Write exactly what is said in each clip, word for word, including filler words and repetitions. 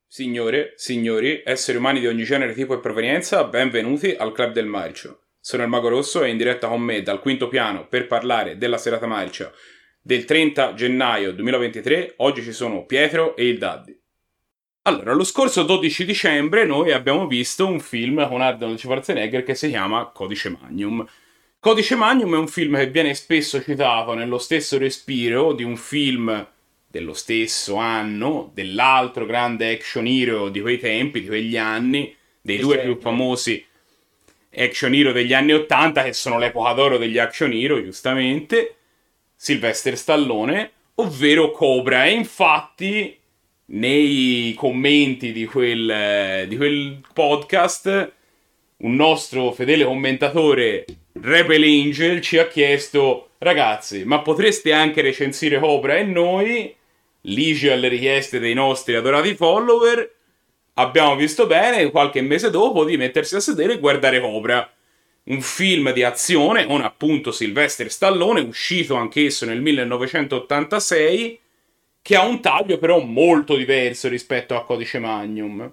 Signore, signori, esseri umani di ogni genere, tipo e provenienza, benvenuti al Club del Marcio. Sono il Mago Rosso e in diretta con me dal quinto piano per parlare della serata marcia del trenta gennaio duemilaventitré. Oggi ci sono Pietro e il Daddy. Allora, lo scorso dodici dicembre noi abbiamo visto un film con Arnold Schwarzenegger che si chiama Codice Magnum. Codice Magnum è un film che viene spesso citato nello stesso respiro di un film dello stesso anno, dell'altro grande action hero di quei tempi, di quegli anni, dei due più famosi action hero degli anni ottanta, che sono l'epoca d'oro degli action hero, giustamente, Sylvester Stallone, ovvero Cobra. E infatti, nei commenti di quel, di quel podcast, un nostro fedele commentatore, Rebel Angel, ci ha chiesto: ragazzi, ma potreste anche recensire Cobra? E noi, licio alle richieste dei nostri adorati follower, abbiamo visto bene, qualche mese dopo, di mettersi a sedere e guardare Cobra. Un film di azione con appunto Sylvester Stallone, uscito anch'esso nel millenovecentottantasei, che ha un taglio però molto diverso rispetto a Codice Magnum.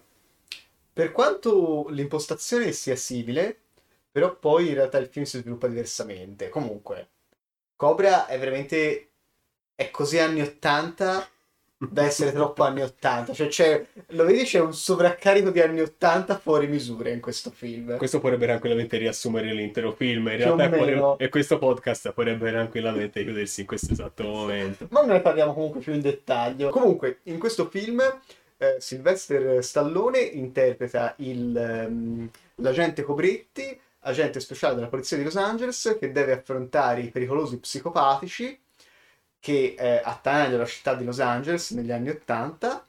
Per quanto l'impostazione sia simile, però poi in realtà il film si sviluppa diversamente. Comunque, Cobra è veramente... è così anni ottanta da essere troppo anni ottanta. Cioè, c'è, lo vedi, c'è un sovraccarico di anni ottanta fuori misura in questo film. Questo potrebbe tranquillamente riassumere l'intero film. In Più realtà, o meno. potrebbe- e questo podcast potrebbe tranquillamente chiudersi in questo esatto momento. Ma ne parliamo comunque più in dettaglio. Comunque, in questo film, eh, Sylvester Stallone interpreta il, ehm, l'agente Cobretti, agente speciale della polizia di Los Angeles, che deve affrontare i pericolosi psicopatici che eh, attagliano la città di Los Angeles negli anni ottanta,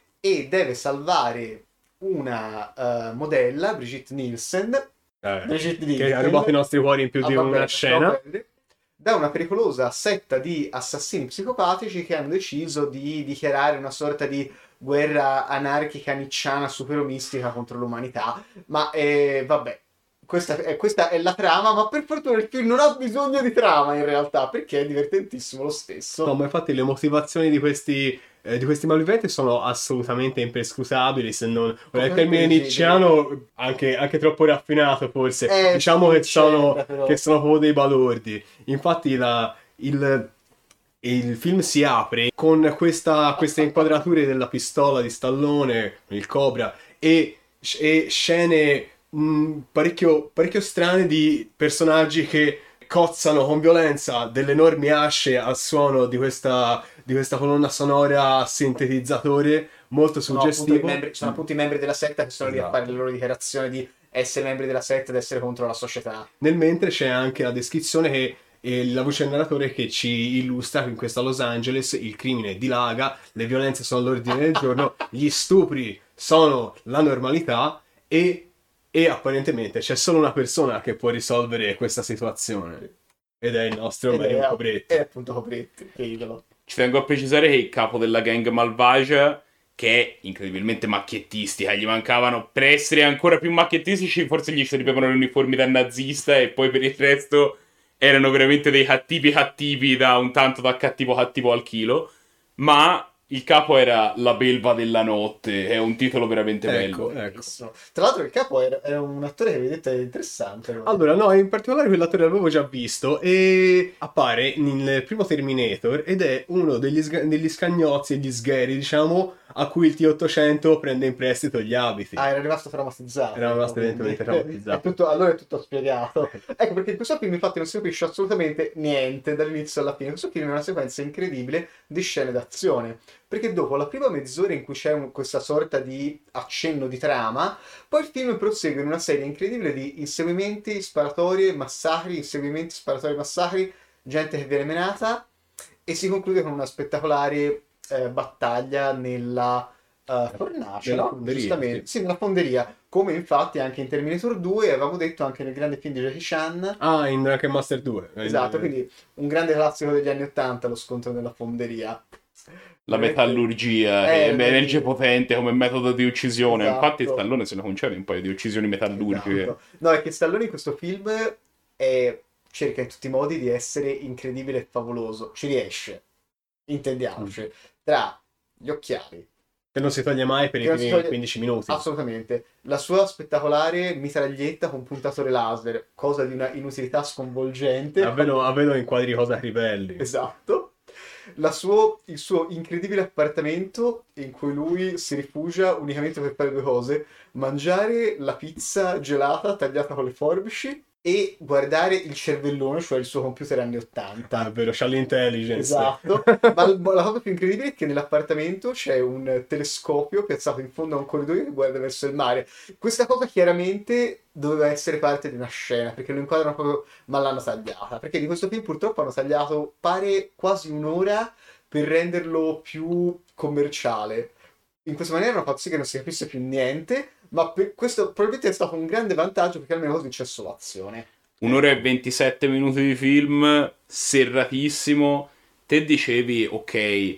e deve salvare una eh, modella, Brigitte Nielsen, Eh, Brigitte che Nielsen, ha rubato i nostri cuori in più ah, di vabbè, una scena. vabbè, da una pericolosa setta di assassini psicopatici che hanno deciso di dichiarare una sorta di guerra anarchica nicciana superomistica contro l'umanità. Ma eh, vabbè, questa è, questa è la trama, ma per fortuna il film non ha bisogno di trama in realtà, perché è divertentissimo lo stesso. No, ma infatti le motivazioni di questi, eh, di questi malviventi sono assolutamente imperscrutabili, se non il termine nicciano anche, anche troppo raffinato forse. Eh, diciamo sì, che sono, c'entra, però. che sono proprio dei balordi. Infatti la, il, il film si apre con questa, queste inquadrature della pistola di Stallone, il Cobra, e, e scene mh, parecchio, parecchio strane di personaggi che cozzano con violenza delle enormi asce al suono di questa, di questa colonna sonora a sintetizzatore molto Sono appunto, i suggestivo. membri, sono appunto i membri della setta che sono lì a Esatto. fare le loro dichiarazioni di essere membri della setta ed essere contro la società. Nel mentre c'è anche la descrizione che e la voce del narratore che ci illustra che in questa Los Angeles il crimine dilaga, le violenze sono all'ordine del giorno, gli stupri sono la normalità e, e apparentemente c'è solo una persona che può risolvere questa situazione ed è il nostro Ed Mario è, Cobretti. è appunto Cobretti, che idolo. Ci tengo a precisare che il capo della gang malvagia, che è incredibilmente macchiettistica, gli mancavano, per essere ancora più macchiettistici, forse gli servivano le uniformi da nazista, e poi per il resto erano veramente dei cattivi cattivi, da un tanto da cattivo cattivo al chilo. Ma il capo era La belva della notte, è un titolo veramente Ecco, bello. ecco. Tra l'altro il capo era, era un attore che avevi detto era interessante. no? Allora, no, in particolare quell'attore l'avevo già visto e appare nel primo Terminator ed è uno degli, sga- degli scagnozzi e gli sgheri, diciamo, a cui il T ottocento prende in prestito gli abiti. Ah, era rimasto traumatizzato. Era rimasto quindi. evidentemente traumatizzato. È tutto, allora è tutto spiegato. Ecco perché in questo film infatti non si capisce assolutamente niente dall'inizio alla fine. Questo film è una sequenza incredibile di scene d'azione. Perché dopo la prima mezz'ora in cui c'è un- questa sorta di accenno di trama, poi il film prosegue in una serie incredibile di inseguimenti, sparatorie, massacri, inseguimenti, sparatori, massacri, gente che viene menata, e si conclude con una spettacolare eh, battaglia nella eh, fornace, Nella no? fonderia, Giustamente. sì. Sì, nella fonderia, come infatti anche in Terminator due, e avevamo detto anche nel grande film di Jackie Chan. Ah, in Drunken Master due. Esatto, Il- quindi un grande classico degli anni ottanta, lo scontro nella fonderia. La Veramente- metallurgia, Eh, che è vedi. energia potente come metodo di uccisione. Esatto. Infatti Stallone se ne concede un paio di uccisioni metallurgiche. Esatto. No, è che Stallone in questo film è- cerca in tutti i modi di essere incredibile e favoloso. Ci riesce, intendiamoci. Tra gli occhiali, Che non si toglie mai per i Che non si primi toglie- quindici minuti. Assolutamente. La sua spettacolare mitraglietta con puntatore laser, cosa di una inutilità sconvolgente. Almeno, almeno inquadri cosa ribelli. Esatto. La suo- il suo incredibile appartamento in cui lui si rifugia unicamente per fare due cose: mangiare la pizza gelata tagliata con le forbici e guardare il cervellone, cioè il suo computer anni ottanta. Ah, è vero, c'ha l'intelligence. Esatto, ma l- la cosa più incredibile è che nell'appartamento c'è un telescopio piazzato in fondo a un corridoio che guarda verso il mare. Questa cosa chiaramente doveva essere parte di una scena, perché lo inquadrano proprio, ma l'hanno tagliata. Perché di questo film purtroppo hanno tagliato, pare, quasi un'ora per renderlo più commerciale. In questa maniera hanno fatto sì che non si capisse più niente, ma per- questo probabilmente è stato un grande vantaggio perché almeno così c'è solo azione. Un'ora e ventisette minuti di film, serratissimo. Te dicevi, ok,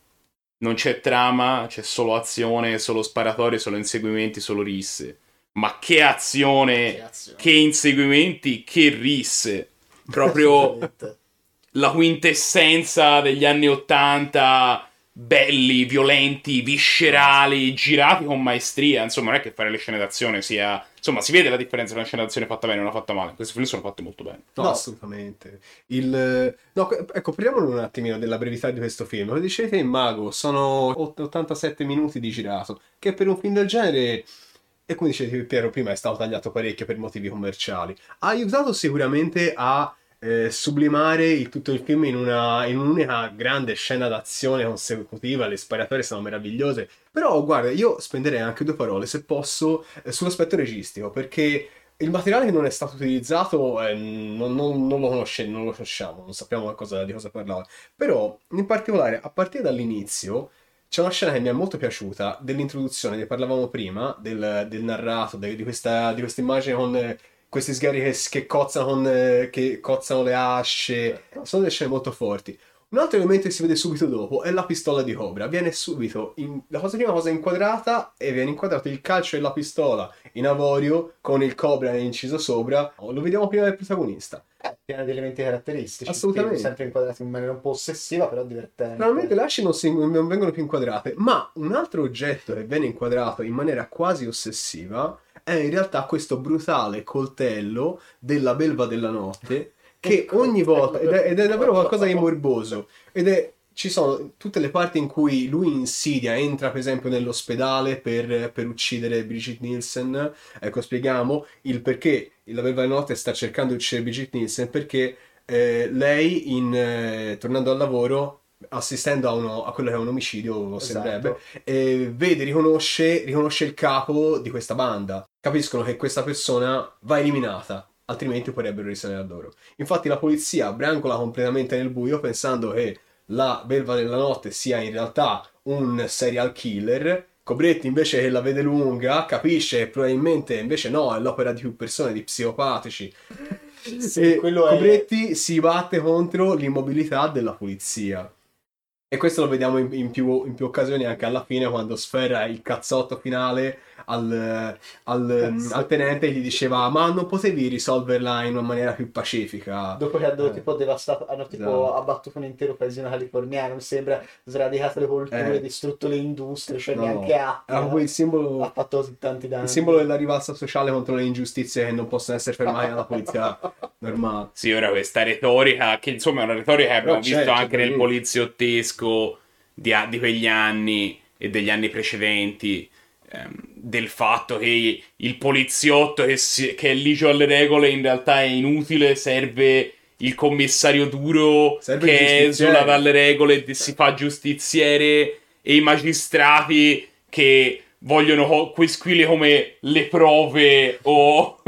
non c'è trama, c'è solo azione, solo sparatorie, solo inseguimenti, solo risse. Ma che azione, Che azione. che inseguimenti, che risse. Proprio Assolutamente. la quintessenza degli anni ottanta, belli, violenti, viscerali, girati con maestria. Insomma, non è che fare le scene d'azione sia... Insomma, si vede la differenza tra una scena d'azione fatta bene e una fatta male. Questi film sono fatti molto bene. No, No. assolutamente. Il... No, que- ecco, parliamo un attimino della brevità di questo film. Come dicete in Mago, sono ott- ottantasette minuti di girato, che per un film del genere, e come dicevi Piero prima, è stato tagliato parecchio per motivi commerciali. Ha aiutato sicuramente a eh, sublimare il- tutto il film in, una, in un'unica grande scena d'azione consecutiva. Le sparatorie sono meravigliose. Però, guarda, io spenderei anche due parole, se posso, eh, sull'aspetto registico, perché il materiale che non è stato utilizzato eh, non, non- non lo conosce- non lo conosciamo, non sappiamo cosa- di cosa parlare. Però, in particolare, a partire dall'inizio, c'è una scena che mi è molto piaciuta, dell'introduzione, ne parlavamo prima, del, del narrato, de- di questa, di questa immagine con eh, questi sgherri che, che cozzano, con, eh, che cozzano le asce. Sono delle scene molto forti. Un altro elemento che si vede subito dopo è la pistola di Cobra. Viene subito, in- la cosa prima cosa inquadrata, e viene inquadrato il calcio della pistola in avorio con il Cobra inciso sopra. Lo vediamo prima del protagonista. Eh, pieno di elementi caratteristici. Assolutamente. Film sempre inquadrati in maniera un po' ossessiva, però divertente. Normalmente le asce non, si- non vengono più inquadrate, ma un altro oggetto che viene inquadrato in maniera quasi ossessiva è in realtà questo brutale coltello della belva della notte che ogni volta, ed è, ed è davvero qualcosa di morboso, ed è, ci sono tutte le parti in cui lui insidia, entra per esempio nell'ospedale per, per uccidere Brigitte Nielsen. Ecco, spieghiamo il perché la belva della notte sta cercando di uccidere Brigitte Nielsen, perché eh, lei, in, eh, tornando al lavoro, assistendo a, uno, a quello che è un omicidio, sembrerebbe, eh, vede, riconosce, riconosce il capo di questa banda. Capiscono che questa persona va eliminata, altrimenti potrebbero risalire a loro. Infatti la polizia brancola completamente nel buio pensando che la belva della notte sia in realtà un serial killer. Cobretti invece che la vede lunga capisce che probabilmente invece no, è l'opera di più persone, di psicopatici. Sì, E quello è- Cobretti si batte contro l'immobilità della polizia. E questo lo vediamo in, in più, in più occasioni anche alla fine, quando sferra il cazzotto finale al, al, Sì. al tenente e gli diceva: ma non potevi risolverla in una maniera più pacifica? Dopo che hanno Eh. tipo devastato, hanno tipo Esatto. abbattuto un intero paesino californiano, mi sembra, sradicato le colture, Eh. distrutto le industrie, cioè No, neanche Attila era proprio il simbolo, ha fatto così tanti danni. il simbolo della rivalsa sociale contro le ingiustizie che non possono essere fermate dalla polizia normale. Sì, ora questa retorica, che insomma è una retorica che abbiamo Però visto c'è, c'è anche da nel dire. poliziottesco di, di quegli anni e degli anni precedenti, ehm, del fatto che il poliziotto che, si- che è ligio alle regole in realtà è inutile, serve il commissario duro Serve il che giustiziere. esula dalle regole e si fa giustiziere, e i magistrati che vogliono co- quisquili come le prove o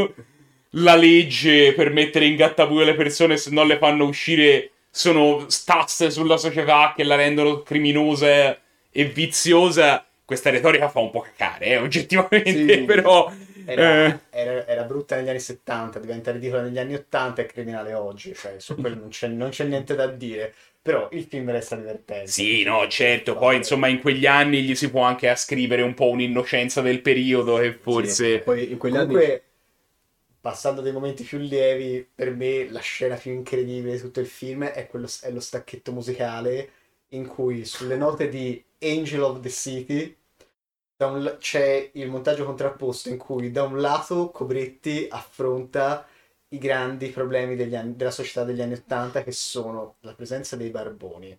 la legge per mettere in gattabuio le persone, se non le fanno uscire sono tasse sulla società che la rendono criminosa e viziosa. Questa retorica fa un po' cacare, eh, oggettivamente, Sì. però... Era, eh, era- era brutta negli anni settanta, diventa ridicola negli anni ottanta e criminale oggi, cioè su quello non c'è, non c'è niente da dire, però il film resta divertente. sì, no, certo, poi insomma in quegli anni gli si può anche ascrivere un po' un'innocenza del periodo che Sì, forse... poi in quegli anni Comunque, passando dai momenti più lievi, per me la scena più incredibile di tutto il film è, quello, è lo stacchetto musicale in cui sulle note di Angel of the City Da un- c'è il montaggio contrapposto in cui da un lato Cobretti affronta i grandi problemi degli anni- della società degli anni Ottanta, che sono la presenza dei barboni,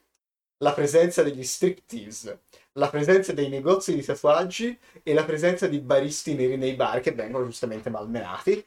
la presenza degli striptease, la presenza dei negozi di tatuaggi e la presenza di baristi neri nei bar che vengono giustamente malmenati.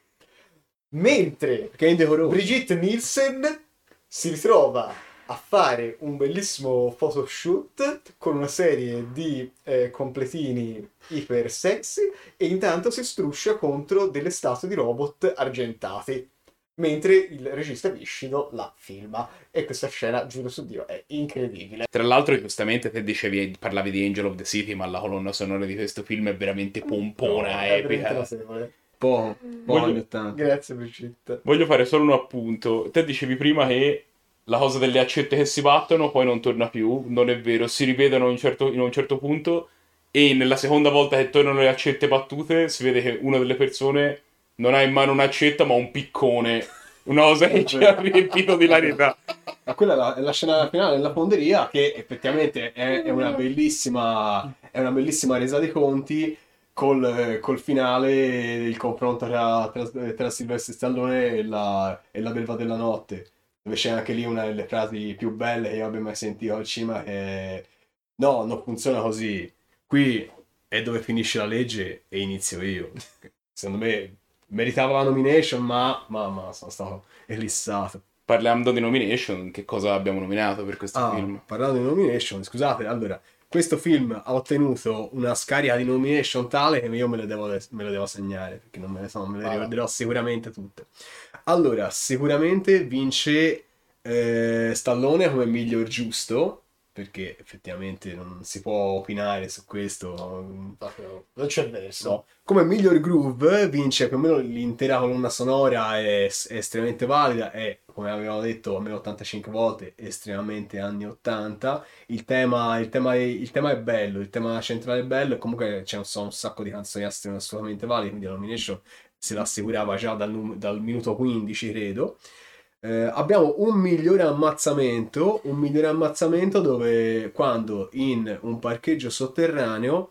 Mentre Che è indecoroso. Brigitte Nielsen si ritrova a fare un bellissimo photoshoot con una serie di eh, completini iper sexy e intanto si struscia contro delle statue di robot argentati. Mentre il regista viscido la filma. E questa scena, giuro su Dio, è incredibile. Tra l'altro, giustamente, te dicevi, parlavi di Angel of the City, ma la colonna sonora di questo film è veramente pompona, È veramente epica. notevole. Poco, poco Voglio- anni ottanta. Grazie Brigitte. Voglio fare solo un appunto. Te dicevi prima che la cosa delle accette che si battono poi non torna più. Non è vero, si ripetono in un certo, in un certo punto. E nella seconda volta che tornano le accette battute, si vede che una delle persone non ha in mano un'accetta, ma un piccone. Una cosa che ci ha riempito di ilarità. Ma quella è la, è la scena finale della fonderia, che effettivamente è, è una bellissima è una bellissima resa dei conti col, col finale del confronto tra, tra, tra Sylvester Stallone e la, e la belva della notte, dove c'è anche lì una delle frasi più belle che io abbia mai sentito al cinema, che è no, non funziona così, qui è dove finisce la legge e inizio io. Secondo me meritava la nomination, ma, ma, ma sono stato elissato. Parlando di nomination, che cosa abbiamo nominato per questo Ah, film? parlando di nomination, scusate, allora, questo film ha ottenuto una scarica di nomination tale che io me le devo, me le devo segnare, perché non me le so, me le Ah. ricorderò sicuramente tutte. Allora, sicuramente vince eh, Stallone come miglior giusto, perché effettivamente non si può opinare su questo. Proprio, non c'è verso. No. Come miglior groove vince più o meno l'intera colonna sonora, è, è estremamente valida, è, come avevamo detto almeno ottantacinque volte, estremamente anni ottanta. Il tema, il tema, è, il tema è bello, il tema centrale è bello, e comunque c'è un, so, un sacco di canzoni assolutamente valide, quindi la nomination se l'assicurava già dal, num- dal minuto quindici, credo. Eh, abbiamo un migliore ammazzamento, un migliore ammazzamento dove quando in un parcheggio sotterraneo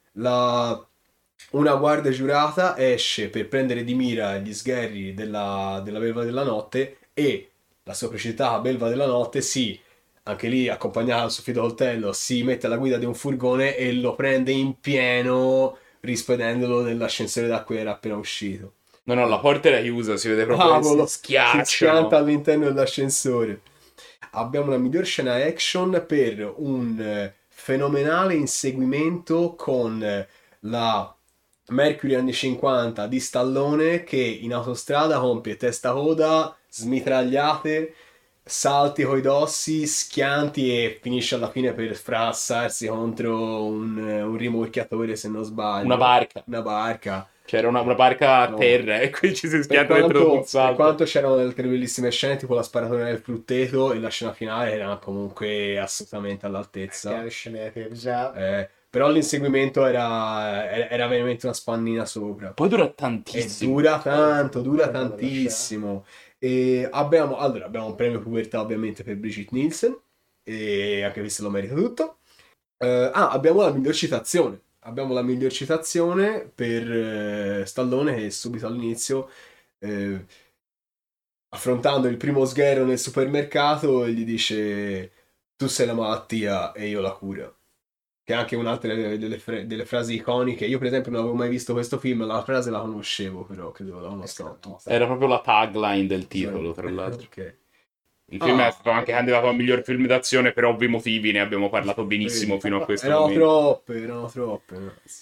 la, una guardia giurata esce per prendere di mira gli sgherri della, della belva della notte, e la sua precipitata belva della notte si, anche lì accompagnata dal suo fido coltello, si mette alla guida di un furgone e lo prende in pieno rispedendolo nell'ascensore da cui era appena uscito. No, no, la porta era chiusa, si vede proprio Cavolo, che si schiacciano. si schianta all'interno dell'ascensore. Abbiamo la miglior scena action per un eh, fenomenale inseguimento con eh, la Mercury anni cinquanta di Stallone, che in autostrada compie testa coda, smitragliate, salti coi dossi, schianti, e finisce alla fine per fracassarsi contro un, un rimorchiatore, se non sbaglio. Una barca. Una barca. C'era una, una barca a No. terra e qui ci si Per schianta dentro quanto, un per salto. quanto c'erano delle bellissime scene, tipo la sparatoria nel frutteto e la scena finale era comunque assolutamente all'altezza. Chiare scene che già... Eh, però l'inseguimento era, era era veramente una spannina sopra. Poi dura E tantissimo. dura tanto, dura Bella la tantissimo. E abbiamo, allora, abbiamo un premio pubertà ovviamente per Brigitte Nielsen, e anche questo lo merita tutto. Eh, ah, abbiamo la miglior citazione. Abbiamo la miglior citazione per eh, Stallone, che subito all'inizio, eh, affrontando il primo sgherro nel supermercato, gli dice: tu sei la malattia e io la cura. Che è anche un'altra delle, delle fra- delle frasi iconiche. Io per esempio non avevo mai visto questo film, la frase la conoscevo, però credo la conosco tutta. Era proprio la tagline del titolo, tra l'altro. Ok. Il film Ah. è stato anche candidato a miglior film d'azione per ovvi motivi, ne abbiamo parlato benissimo fino a questo Erano momento. troppe, erano troppe. ragazzi.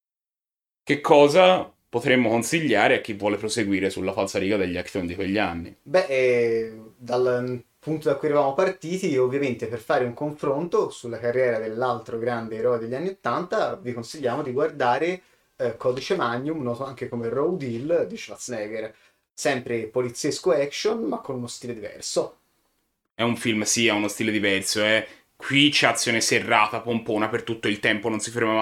Che cosa potremmo consigliare a chi vuole proseguire sulla falsariga degli action di quegli anni? Beh, eh, dal punto da cui eravamo partiti, ovviamente per fare un confronto sulla carriera dell'altro grande eroe degli anni Ottanta, vi consigliamo di guardare eh, Codice Magnum, noto anche come Raw Deal di Schwarzenegger. Sempre poliziesco action, ma con uno stile diverso. È un film, sì, ha uno stile diverso, eh. Qui c'è azione serrata, pompona per tutto il tempo, non si ferma mai.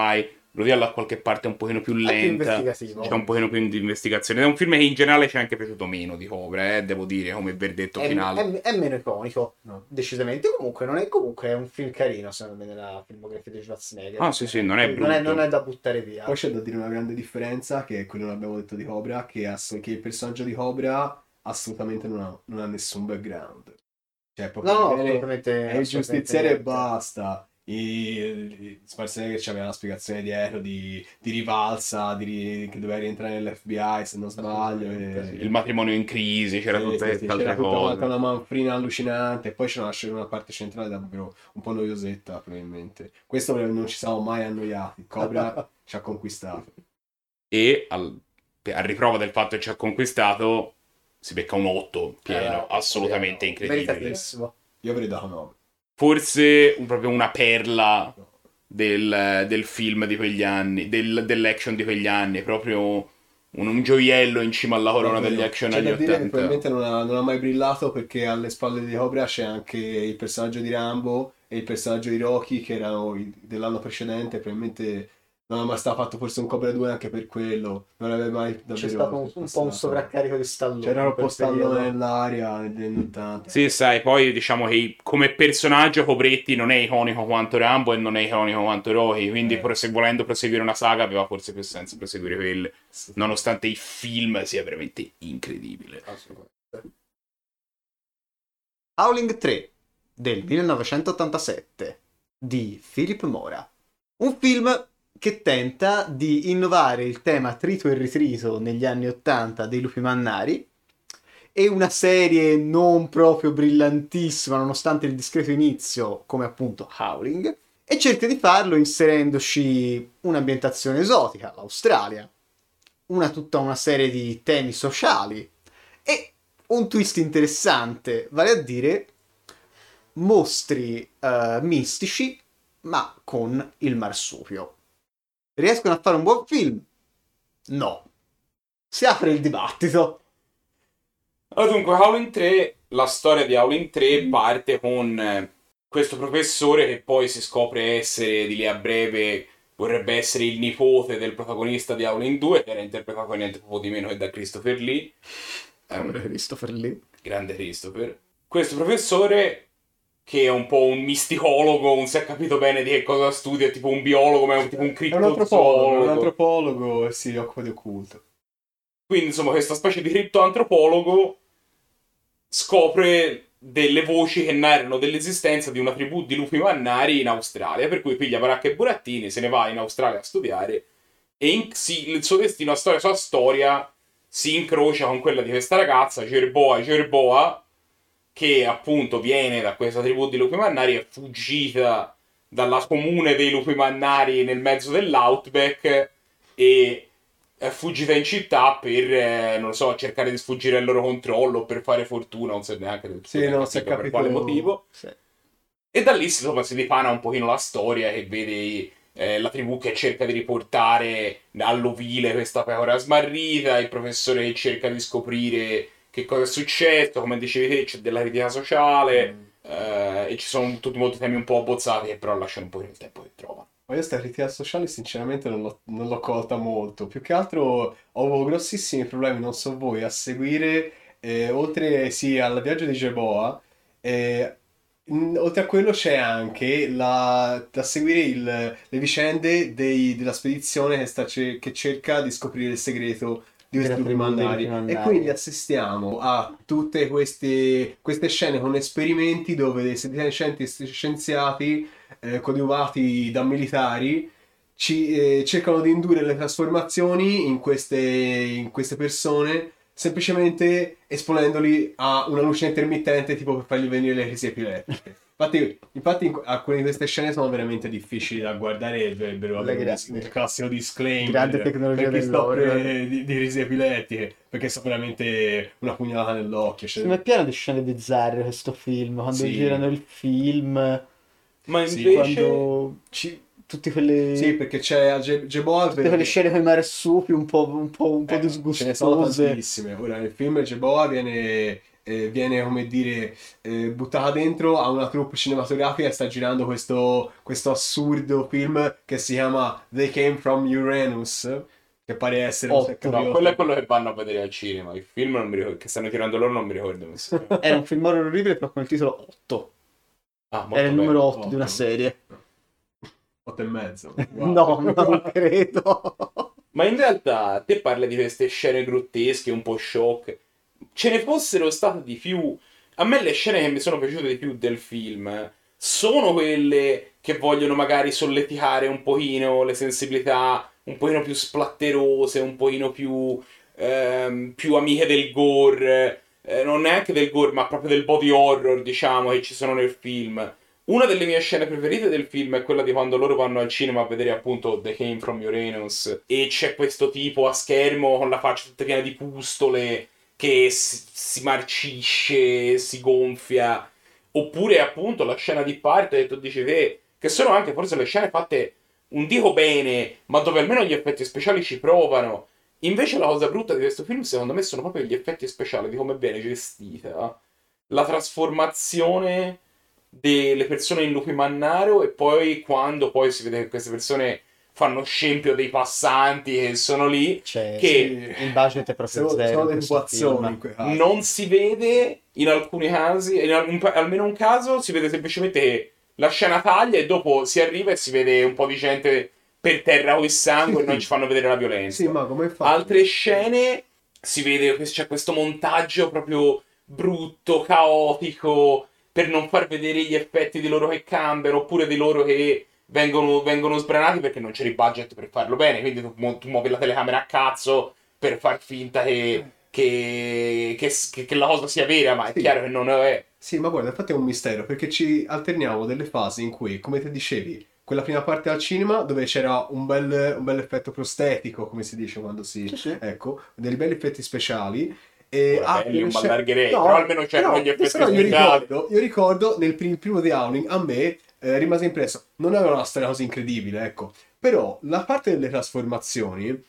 Rodiello a qualche parte un pochino più È più lenta, investigativo. c'è un pochino più di investigazione. Ed è un film che in generale ci è anche piaciuto meno di Cobra, eh, devo dire, come verdetto È, finale. è- è meno iconico, No. decisamente. Comunque, non è comunque è un film carino, secondo me, nella filmografia di Schwarzenegger. Ah, sì, sì, non è non è, brutto. non è da buttare via. Poi c'è da dire una grande differenza, che è quello che abbiamo detto di Cobra, che, ass- che il personaggio di Cobra assolutamente non ha, non ha nessun background. Cioè, proprio No, no, viene- assolutamente. è il assolutamente giustiziere e niente. basta. I- Schwarzenegger c'aveva una spiegazione dietro di, di rivalsa, di, ri- che doveva rientrare nell'F B I se non sbaglio. E... Il matrimonio in crisi, c'era Sì, tutte sì, queste sì, altre c'era tutta cose. quanta una manfrina allucinante, e poi c'è una, c'è una parte centrale davvero un po' noiosetta, probabilmente. Questo non ci siamo mai annoiati. Cobra ci ha conquistato. E al, a riprova del fatto che ci ha conquistato, si becca un otto pieno, Eh, assolutamente eh, incredibile. Meritatissimo. Io avrei dato nove. Forse un- proprio una perla del, del film di quegli anni, del- dell'action di quegli anni, proprio un, un gioiello in cima alla corona degli action C'è anni da dire che ottanta. probabilmente non ha, non ha mai brillato, perché alle spalle di Cobra c'è anche il personaggio di Rambo e il personaggio di Rocky, che erano i- dell'anno precedente. Probabilmente non è mai stato fatto forse un Cobra due anche per quello. Non aveva mai davvero C'è stato un, un po' un passato. sovraccarico di Stallone. C'era in un quel po' Stallone periodo. nell'aria negli anni ottanta. Sì, sai, poi diciamo che come personaggio Cobretti non è iconico quanto Rambo e non è iconico quanto Rocky, quindi Eh. forse volendo proseguire una saga aveva forse più senso proseguire quelle, nonostante il film sia veramente incredibile. Howling tre del millenovecentottantasette di Philip Mora. Un film che tenta di innovare il tema trito e ritrito negli anni ottanta dei lupi mannari, e una serie non proprio brillantissima nonostante il discreto inizio, come appunto Howling, e cerca di farlo inserendoci un'ambientazione esotica, l'Australia, una tutta una serie di temi sociali e un twist interessante, vale a dire mostri eh, mistici ma con il marsupio. Riescono a fare un buon film? No. Si apre il dibattito. Allora, dunque, Howling tre, la storia di Howling tre parte con eh, questo professore che poi si scopre essere di lì a breve, vorrebbe essere il nipote del protagonista di Howling due, che era interpretato niente poco di meno che da Christopher Lee. Povero Christopher Lee. Grande Christopher. Questo professore, che è un po' un misticologo, non si è capito bene di che cosa studia, è tipo un biologo, ma è un, tipo un È un antropologo, è un criptozoologo. antropologo e si occupa di occulto. Quindi, insomma, questa specie di criptoantropologo scopre delle voci che narrano dell'esistenza di una tribù di lupi mannari in Australia, per cui piglia baracca e burattini, se ne va in Australia a studiare, e in- si- il suo destino, la storia, la sua storia si incrocia con quella di questa ragazza, Gerboa Gerboa, che appunto viene da questa tribù di lupi mannari, è fuggita dalla comune dei lupi mannari nel mezzo dell'outback e è fuggita in città per, eh, non lo so, cercare di sfuggire al loro controllo, per fare fortuna, non so neanche del Sì, tutto non si è per capito quale motivo. Sì. E da lì insomma, si dipana un pochino la storia, che vede eh, la tribù che cerca di riportare all'ovile questa pecora smarrita, il professore che cerca di scoprire che cosa è successo, come dicevi te c'è della critica sociale, Mm. eh, e ci sono tutti molti temi un po' abbozzati che però lasciano un po' il tempo che trovano. Ma io sta critica sociale sinceramente non l'ho, non l'ho colta molto. Più che altro ho avuto grossissimi problemi, non so voi, a seguire, eh, oltre sì al viaggio di Jerboa, eh, mh, oltre a quello c'è anche la, da seguire il- le vicende dei- della spedizione che, sta ce- che cerca di scoprire il segreto di questi Della lupi tribù dei mannari. lupi E mannari. quindi assistiamo a tutte queste, queste scene con esperimenti dove dei sedicenti scienziati eh, coadiuvati da militari ci, eh, cercano di indurre le trasformazioni in queste, in queste persone, semplicemente esponendoli a una luce intermittente, tipo per fargli venire le crisi epilettiche. Infatti, infatti in- alcune di queste scene sono veramente difficili da guardare e dovrebbero Le avere un, grandi. un classico disclaimer Grande tecnologia per chi soffre dell'horror. di, di crisi epilettiche, perché sono veramente una pugnalata nell'occhio. Cioè, Secondo me è pieno di scene bizzarre questo film, quando Sì. girano il film, Ma Sì, invece... quando ci... tutte quelle... sì, perché c'è a Ge- Jeboa tutte quelle scene con i marsupi un po', un po', un po' Eh, ce ne sono disgustose. tantissime. Ora, nel film Jeboa viene eh, viene, come dire, eh, buttata dentro a una troupe cinematografica e sta girando questo, questo assurdo film che si chiama They Came from Uranus, che pare essere un Otto. No, quello è quello che vanno a vedere al cinema. Il film non mi ricordo, che stanno tirando loro non mi ricordo come si chiama. Era un film horror orribile, però con il titolo otto. Ah, molto Era il bello. numero otto Otto. di una serie. otto e mezzo. No, non credo. Ma in realtà te parli di queste scene grottesche, un po' shock. Ce ne fossero state di più. A me le scene che mi sono piaciute di più del film sono quelle che vogliono magari solleticare un pochino le sensibilità, un pochino più splatterose, un pochino più, ehm, più amiche del gore. Eh, non neanche del gore, ma proprio del body horror, diciamo, che ci sono nel film. Una delle mie scene preferite del film è quella di quando loro vanno al cinema a vedere appunto The Came from Uranus e c'è questo tipo a schermo con la faccia tutta piena di pustole che si, si marcisce, si gonfia. Oppure appunto la scena di parto che tu dici te, che sono anche forse le scene fatte, un dico bene, ma dove almeno gli effetti speciali ci provano. Invece la cosa brutta di questo film secondo me sono proprio gli effetti speciali, di come viene gestita la trasformazione delle persone in lupi mannaro e poi quando poi si vede che queste persone fanno scempio dei passanti che sono lì, Cioè, che il budget è proprio Sono, zero. sono in le questo situazioni film. in quei casi. non si vede in alcuni casi, in al- un pa- almeno un caso si vede semplicemente che la scena taglia e dopo si arriva e si vede un po' di gente per terra con il sangue Sì, e non sì. ci fanno vedere la violenza. Sì, ma come fa? Altre scene si vede che c'è questo montaggio proprio brutto, caotico, per non far vedere gli effetti di loro che cambiano, oppure di loro che vengono, vengono sbranati perché non c'era il budget per farlo bene, quindi tu, mu- tu muovi la telecamera a cazzo per far finta che, che, che, che- che la cosa sia vera, ma è Sì. chiaro che non lo è. Sì, ma guarda, infatti è un mistero, perché ci alterniamo delle fasi in cui, come te dicevi, quella prima parte al cinema dove c'era un bel, un bel effetto prostetico, come si dice quando si... Sì, sì. Ecco, dei belli effetti speciali. E Ora, altre belli, un scene- ballargherei, però almeno c'erano però- gli effetti però io speciali. ricordo, io ricordo nel pri- il primo The Howling, a me eh, rimase impresso, non aveva una storia così incredibile, ecco, però la parte delle trasformazioni,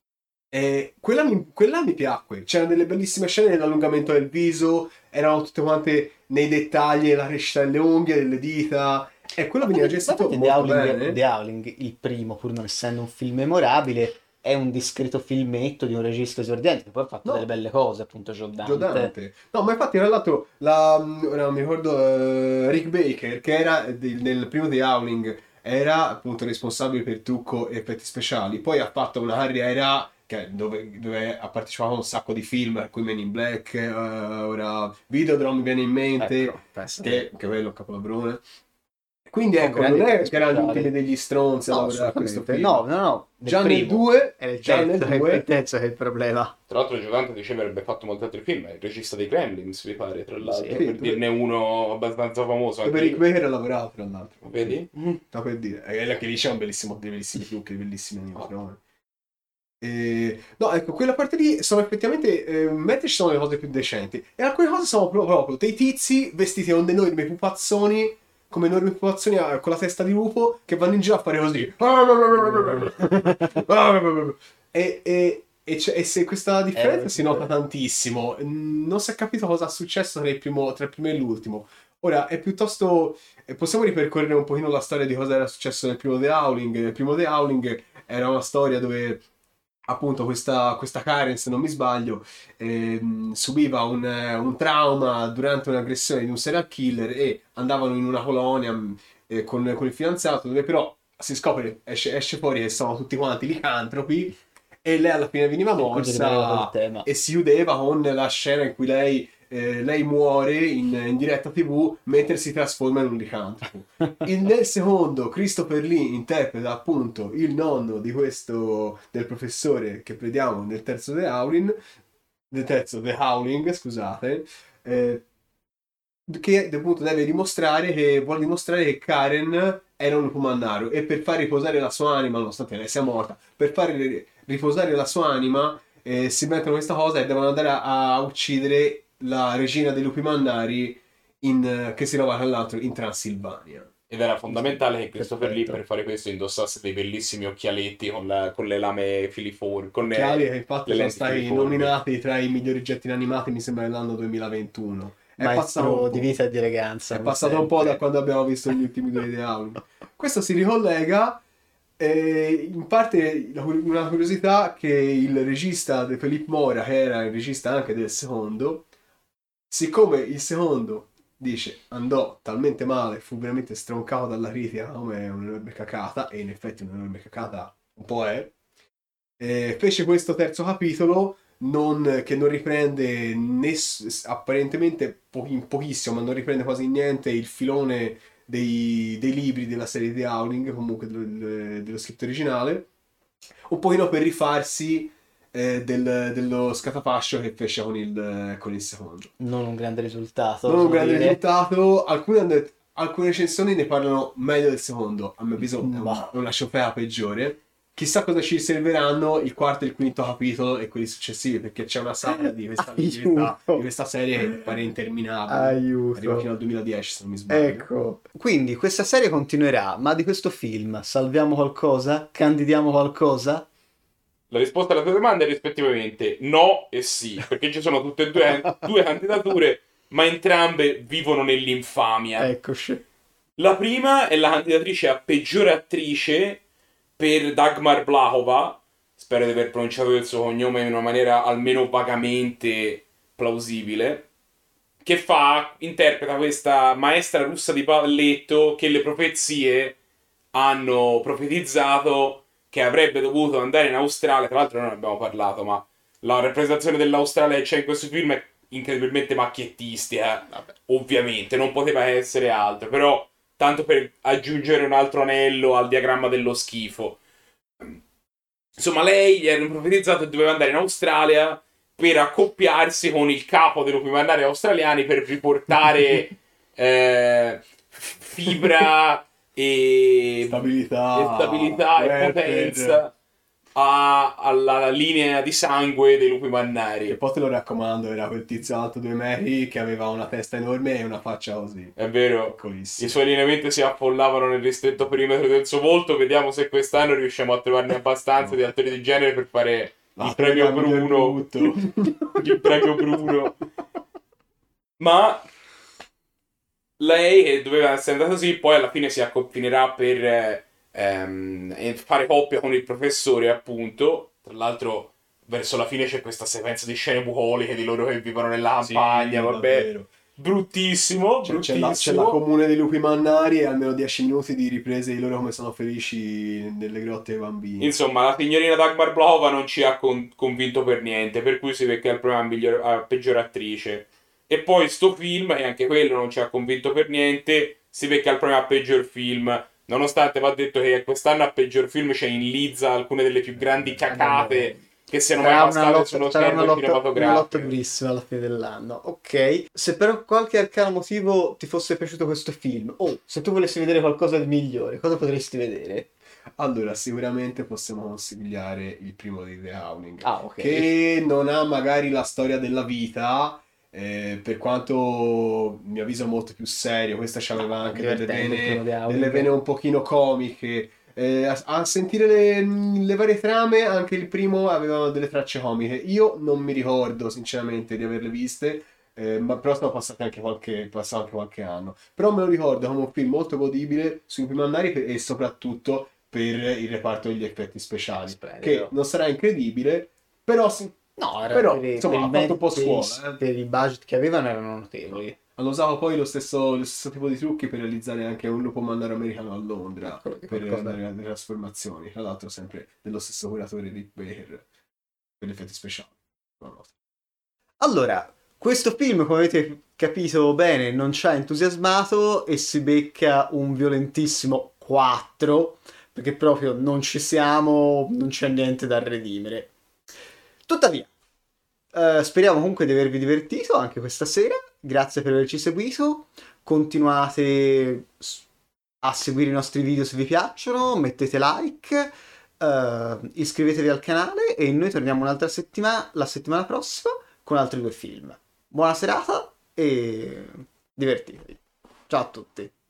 eh, quella, mi, quella mi piacque, c'erano delle bellissime scene dell'allungamento del viso, erano tutte quante nei dettagli, la crescita delle unghie, delle dita, e quello veniva gestito The molto Howling, bene. The Howling, il primo, pur non essendo un film memorabile, è un discreto filmetto di un regista esordiente che poi ha fatto No. delle belle cose, appunto Joe Dante. Joe Dante. No, ma infatti tra l'altro la, ora non mi ricordo eh, Rick Baker, che era del- nel primo The Howling, era appunto responsabile per trucco e effetti speciali, poi ha fatto una carriera che- dove, dove ha partecipato a un sacco di film, per cui Men in Black, eh, ora Videodrome mi viene in mente, Ecco, pensa te. che, che quello è un capolabrone. Quindi Con ecco, grandi non è effetti che erano gli speciali. ultimi degli stronzi a No, lavorare a questo assolutamente. film. No, no, no. del Già nel primo. due, Era il già nel terzo, è due, il terzo che è il problema. Tra l'altro Giovante diceva avrebbe fatto molti altri film, è il regista dei Gremlins, mi pare, tra l'altro, Sì, per dove- dirne uno abbastanza famoso. dove Anche Rick Baker ha lavorato tra l'altro. Vedi? Sta per dire, e anche lì c'è un bellissimo, dei bellissimi look, dei bellissimi animazioni. E... No, ecco, quella parte lì sono effettivamente, eh, mentre ci sono le cose più decenti, e alcune cose sono pro- proprio dei tizi vestiti con dei enormi pupazzoni, come enormi pupazzoni eh, con la testa di lupo, che vanno in giro a fare così. E, e, e, c'è- e se questa differenza Eh, si nota tantissimo, mm, non si è capito cosa è successo tra il primo, tra il primo e l'ultimo. Ora, è piuttosto... eh, Possiamo ripercorrere un pochino la storia di cosa era successo nel primo The Howling. Nel primo The Howling era una storia dove appunto questa, questa Karen, se non mi sbaglio, ehm, subiva un, eh, un trauma durante un'aggressione di un serial killer e andavano in una colonia mh, eh, con, con il fidanzato, dove però si scopre, esce, esce fuori che sono tutti quanti licantropi e lei alla fine veniva Quindi rimaneva morsa quel tema. e si chiudeva con la scena in cui lei, eh, lei muore in, in diretta tivù mentre si trasforma in un licantropo. Il, nel secondo, Christopher Lee interpreta appunto il nonno di questo, del professore che vediamo nel terzo The Howling, nel terzo The Howling, scusate, eh, che appunto deve dimostrare che vuole dimostrare che Karen era un lupo mannaro e per far riposare la sua anima, nonostante lei sia morta, per far ri- riposare la sua anima eh, si mettono questa cosa e devono andare a, a uccidere la regina dei lupi mannari in, che si trova tra l'altro in Transilvania. Ed era fondamentale che Christopher Lee Perfetto. per fare questo indossasse dei bellissimi occhialetti con, la- con le lame filiformi. Con le- Occhiali che infatti le sono lenti stati filiformi. nominati tra i migliori oggetti animati, mi sembra, nell'anno duemilaventuno. È passato Maestro un di po'. vita e di eleganza. È come passato un po' sempre. da quando abbiamo visto gli ultimi due ideali. Questo si ricollega, eh, in parte la cur- una curiosità, che il regista di Philippe Mora, che era il regista anche del secondo, siccome il secondo, dice, andò talmente male, fu veramente stroncato dalla critica come un'enorme cacata, e in effetti un'enorme cacata un po' è, eh, fece questo terzo capitolo non- che non riprende ness- apparentemente po- in pochissimo, ma non riprende quasi niente il filone dei, dei libri della serie di Howling, comunque del- dello scritto originale, un pochino per rifarsi eh, del- dello scatafascio che fece con il, con il secondo. Non un grande risultato. Non un oso grande dire. risultato, alcune, alcune recensioni ne parlano meglio del secondo, a mio avviso è un- Ma- è una ciofeca peggiore. Chissà cosa ci serviranno il quarto e il quinto capitolo e quelli successivi, perché c'è una saga di questa, di questa, Aiuto. di questa serie che pare interminabile. Aiuto. Arriva fino al duemiladieci, se non mi sbaglio. Ecco. Quindi questa serie continuerà, ma di questo film salviamo qualcosa? Candidiamo qualcosa? La risposta alla tua domanda è rispettivamente no e sì, perché ci sono tutte e due, due candidature, ma entrambe vivono nell'infamia. Eccoci. La prima è la candidatrice a peggiore attrice per Dagmar Blahova, spero di aver pronunciato il suo cognome in una maniera almeno vagamente plausibile, che fa, interpreta questa maestra russa di balletto che le profezie hanno profetizzato che avrebbe dovuto andare in Australia. Tra l'altro noi ne abbiamo parlato, ma la rappresentazione dell'Australia che c'è in questo film è incredibilmente macchiettistica, ovviamente, non poteva essere altro, però tanto per aggiungere un altro anello al diagramma dello schifo. Insomma, lei gli hanno profetizzato che doveva andare in Australia per accoppiarsi con il capo dei lupi mannari australiani per riportare eh, fibra e Stabilità, e, stabilità e welfare. potenza a- alla linea di sangue dei lupi Che mannari. poi te lo raccomando, era quel tizio alto due metri che aveva una testa enorme e una faccia così. È vero, i Piccolissima. suoi lineamenti si affollavano nel ristretto perimetro del suo volto. Vediamo se quest'anno riusciamo a trovarne abbastanza No. di attori di genere per fare La il premio storia miglior Bruno. brutto. Il premio Bruno. Ma lei, che doveva essere andata così, poi alla fine si accompagnerà per eh, ehm, e fare coppia con il professore, appunto. Tra l'altro, verso la fine c'è questa sequenza di scene bucoliche di loro che vivono nella Sì, campagna, vabbè. davvero. Bruttissimo, C'è, c'è bruttissimo. la, c'è la comune dei lupi mannari e almeno dieci minuti di riprese di loro come sono felici nelle grotte dei bambini. Insomma, la signorina Dagmar Blahova non ci ha con- convinto per niente, per cui si vede che è il problema miglior- a peggiore attrice. E poi sto film, che anche quello non ci ha convinto per niente, si vede che ha il problema a peggior film. Nonostante va detto che quest'anno a peggior film c'è in lizza alcune delle più grandi cacate che siano mai Sarà una passate lotta, sullo sarà una schermo lotta, una lotta cinematografico. durissima alla fine dell'anno. Ok. Se per qualche arcano motivo ti fosse piaciuto questo film, o se tu volessi vedere qualcosa di migliore, cosa potresti vedere? Allora, sicuramente possiamo consigliare il primo di The Howling, Ah, ok. che non ha magari la storia della vita, eh, per quanto mi avviso molto più serio. Questa c'aveva anche delle Divertente il primo di vene, Howling. delle vene un pochino comiche. Eh, a, a sentire le, le varie trame, anche il primo aveva delle tracce comiche. Io non mi ricordo sinceramente di averle viste, eh, ma però sono passati anche qualche, passato anche qualche anno. Però me lo ricordo come un film molto godibile sui primi annari per- e soprattutto per il reparto degli effetti speciali, Splendido. che non sarà incredibile, però sì, No, era Però, per, i- insomma, per ha i fatto un po' mezzi- per i- scuola, eh. per i budget che avevano erano notevoli. hanno usato poi lo stesso, lo stesso tipo di trucchi per realizzare anche un lupo mannaro americano a Londra, Eccolo che per qualcosa. le, le trasformazioni, tra l'altro sempre dello stesso curatore Rick Baker per gli effetti speciali. No, no. Allora, questo film, come avete capito bene, non ci ha entusiasmato e si becca un violentissimo quattro, perché proprio non ci siamo, non c'è niente da redimere. Tuttavia, eh, speriamo comunque di avervi divertito anche questa sera. Grazie per averci seguito. Continuate s- a seguire i nostri video se vi piacciono, mettete like, eh, iscrivetevi al canale e noi torniamo un'altra settimana, la settimana prossima, con altri due film. Buona serata e divertitevi. Ciao a tutti.